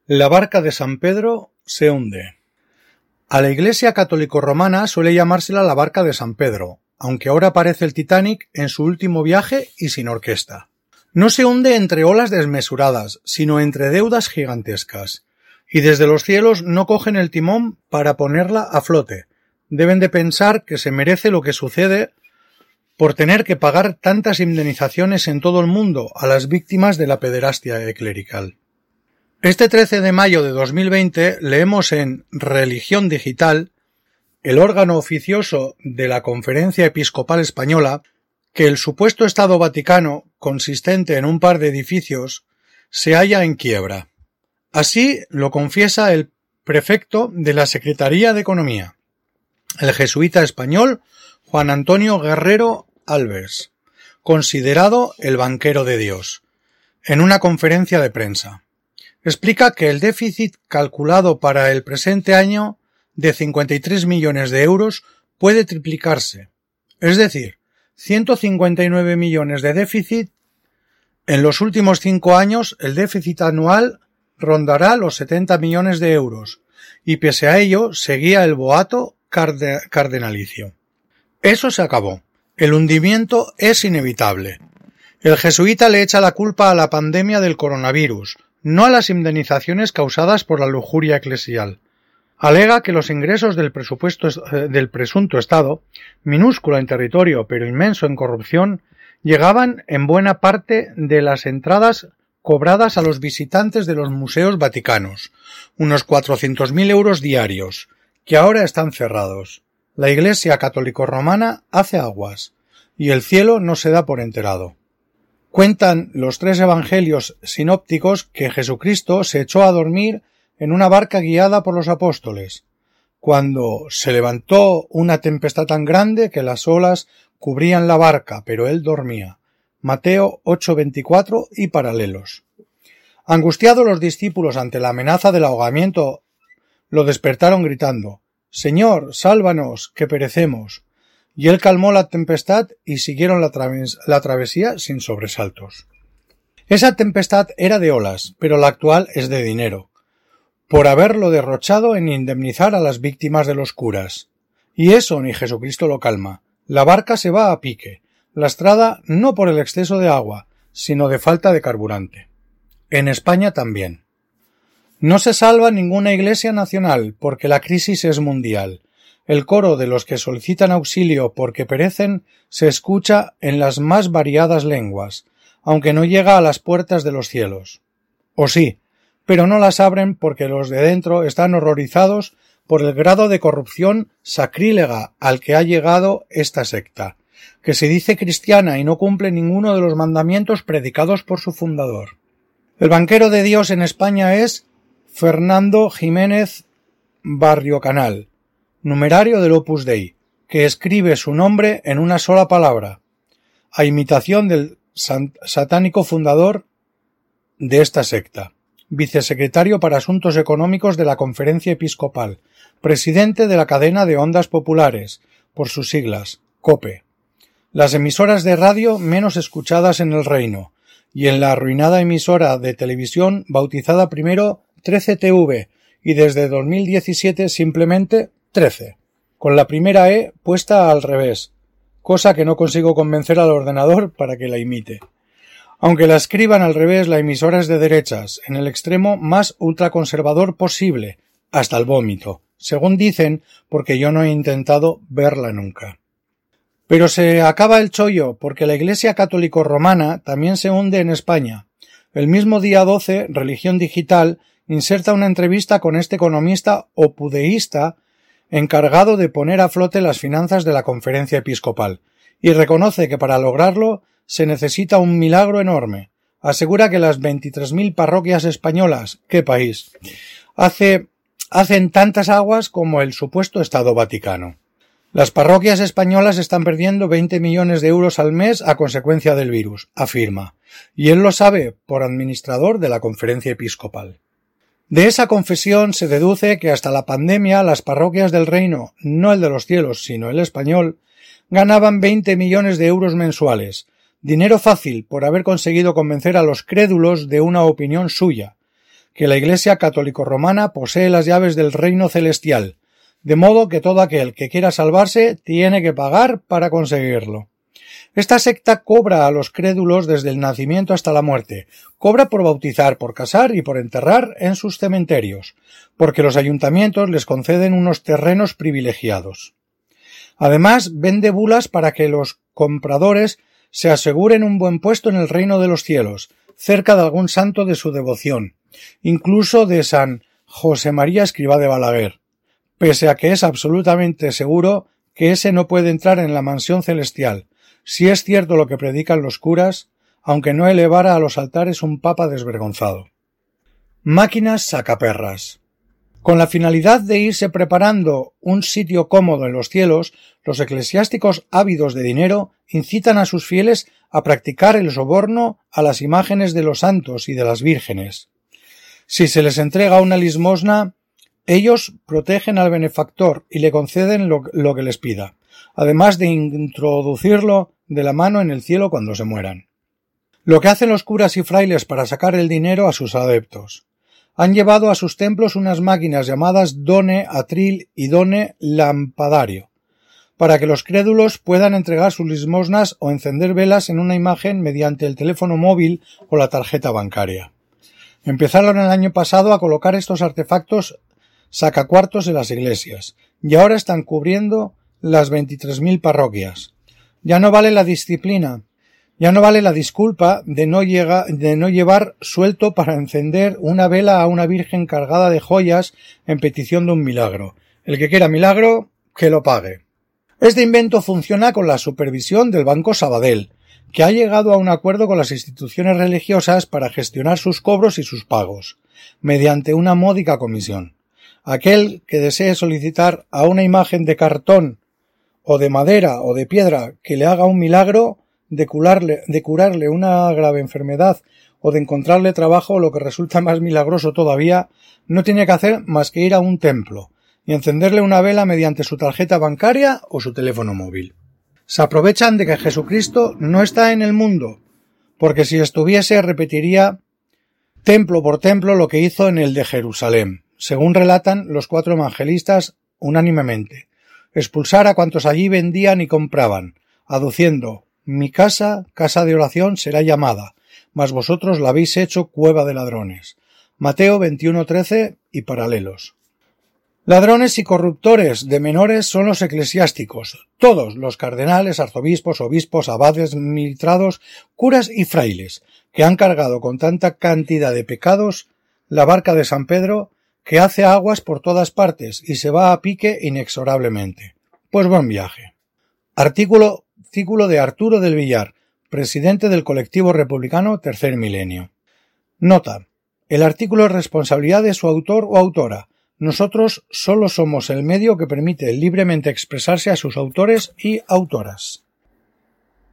La barca de San Pedro se hunde. A la Iglesia católico-romana suele llamársela la barca de San Pedro, aunque ahora parece el Titanic en su último viaje y sin orquesta. No se hunde entre olas desmesuradas, sino entre deudas gigantescas. Y desde los cielos no cogen el timón para ponerla a flote. Deben de pensar que se merece lo que sucede por tener que pagar tantas indemnizaciones en todo el mundo a las víctimas de la pederastia clerical. Este 13 de mayo de 2020 leemos en Religión Digital, el órgano oficioso de la Conferencia Episcopal Española, que el supuesto Estado Vaticano, consistente en un par de edificios, se halla en quiebra. Así lo confiesa el prefecto de la Secretaría de Economía, el jesuita español Juan Antonio Guerrero Alves, considerado el banquero de Dios, en una conferencia de prensa. Explica que el déficit calculado para el presente año de 53 millones de euros puede triplicarse, es decir, 159 millones de déficit. En los últimos 5 años el déficit anual rondará los 70 millones de euros y pese a ello seguía el boato cardenalicio. Eso se acabó. El hundimiento es inevitable. El jesuita le echa la culpa a la pandemia del coronavirus, no a las indemnizaciones causadas por la lujuria eclesial. Alega que los ingresos del presunto Estado, minúsculo en territorio pero inmenso en corrupción, llegaban en buena parte de las entradas cobradas a los visitantes de los museos vaticanos, unos 400.000 euros diarios, que ahora están cerrados. La Iglesia católico-romana hace aguas, y el cielo no se da por enterado. Cuentan los 3 evangelios sinópticos que Jesucristo se echó a dormir en una barca guiada por los apóstoles, cuando se levantó una tempestad tan grande que las olas cubrían la barca, pero él dormía. Mateo 8:24 y paralelos. Angustiados los discípulos ante la amenaza del ahogamiento, lo despertaron gritando: «Señor, sálvanos, que perecemos». Y él calmó la tempestad y siguieron la travesía sin sobresaltos. Esa tempestad era de olas, pero la actual es de dinero, por haberlo derrochado en indemnizar a las víctimas de los curas. Y eso ni Jesucristo lo calma. La barca se va a pique, lastrada no por el exceso de agua, sino de falta de carburante. En España también. No se salva ninguna iglesia nacional, porque la crisis es mundial. El coro de los que solicitan auxilio porque perecen se escucha en las más variadas lenguas, aunque no llega a las puertas de los cielos. O sí, pero no las abren porque los de dentro están horrorizados por el grado de corrupción sacrílega al que ha llegado esta secta, que se dice cristiana y no cumple ninguno de los mandamientos predicados por su fundador. El banquero de Dios en España es Fernando Jiménez Barriocanal, numerario del Opus Dei, que escribe su nombre en una sola palabra, a imitación del satánico fundador de esta secta, vicesecretario para Asuntos Económicos de la Conferencia Episcopal, presidente de la cadena de Ondas Populares, por sus siglas, COPE, las emisoras de radio menos escuchadas en el reino, y en la arruinada emisora de televisión bautizada primero 13TV y desde 2017 simplemente 13, con la primera E puesta al revés, cosa que no consigo convencer al ordenador para que la imite. Aunque la escriban al revés, la emisora es de derechas, en el extremo más ultraconservador posible, hasta el vómito, según dicen, porque yo no he intentado verla nunca. Pero se acaba el chollo, porque la Iglesia católico-romana también se hunde en España. El mismo día 12, Religión Digital inserta una entrevista con este economista opudeísta encargado de poner a flote las finanzas de la Conferencia Episcopal, y reconoce que para lograrlo se necesita un milagro enorme. Asegura que las 23.000 parroquias españolas, ¡qué país!, hacen tantas aguas como el supuesto Estado Vaticano. Las parroquias españolas están perdiendo 20 millones de euros al mes a consecuencia del virus, afirma, y él lo sabe por administrador de la Conferencia Episcopal. De esa confesión se deduce que hasta la pandemia las parroquias del reino, no el de los cielos, sino el español, ganaban 20 millones de euros mensuales, dinero fácil por haber conseguido convencer a los crédulos de una opinión suya, que la Iglesia católico-romana posee las llaves del reino celestial, de modo que todo aquel que quiera salvarse tiene que pagar para conseguirlo. Esta secta cobra a los crédulos desde el nacimiento hasta la muerte, cobra por bautizar, por casar y por enterrar en sus cementerios, porque los ayuntamientos les conceden unos terrenos privilegiados. Además, vende bulas para que los compradores se aseguren un buen puesto en el reino de los cielos, cerca de algún santo de su devoción, incluso de San José María Escrivá de Balaguer, pese a que es absolutamente seguro que ese no puede entrar en la mansión celestial, si es cierto lo que predican los curas, aunque no elevara a los altares un papa desvergonzado. Máquinas sacaperras. Con la finalidad de irse preparando un sitio cómodo en los cielos, los eclesiásticos ávidos de dinero incitan a sus fieles a practicar el soborno a las imágenes de los santos y de las vírgenes. Si se les entrega una limosna, ellos protegen al benefactor y le conceden lo que les pida, además de introducirlo de la mano en el cielo cuando se mueran. Lo que hacen los curas y frailes para sacar el dinero a sus adeptos. Han llevado a sus templos unas máquinas llamadas done atril y done lampadario, para que los crédulos puedan entregar sus limosnas o encender velas en una imagen mediante el teléfono móvil o la tarjeta bancaria. Empezaron el año pasado a colocar estos artefactos sacacuartos en las iglesias, y ahora están cubriendo las 23.000 parroquias. Ya no vale la disculpa de no llevar suelto para encender una vela a una virgen cargada de joyas en petición de un milagro. El que quiera milagro, que lo pague. Este invento funciona con la supervisión del Banco Sabadell, que ha llegado a un acuerdo con las instituciones religiosas para gestionar sus cobros y sus pagos, mediante una módica comisión. Aquel que desee solicitar a una imagen de cartón o de madera o de piedra que le haga un milagro de curarle una grave enfermedad o de encontrarle trabajo, o lo que resulta más milagroso todavía, no tiene que hacer más que ir a un templo y encenderle una vela mediante su tarjeta bancaria o su teléfono móvil. Se aprovechan de que Jesucristo no está en el mundo, porque si estuviese repetiría templo por templo lo que hizo en el de Jerusalén, según relatan los 4 evangelistas unánimemente, expulsar a cuantos allí vendían y compraban, aduciendo: mi casa, casa de oración será llamada, mas vosotros la habéis hecho cueva de ladrones. Mateo 21:13 y paralelos. Ladrones y corruptores de menores son los eclesiásticos, todos los cardenales, arzobispos, obispos, abades, militrados, curas y frailes, que han cargado con tanta cantidad de pecados la barca de San Pedro, que hace aguas por todas partes y se va a pique inexorablemente. Pues buen viaje. Artículo de Arturo del Villar, presidente del colectivo republicano Tercer Milenio. Nota: el artículo es responsabilidad de su autor o autora. Nosotros solo somos el medio que permite libremente expresarse a sus autores y autoras.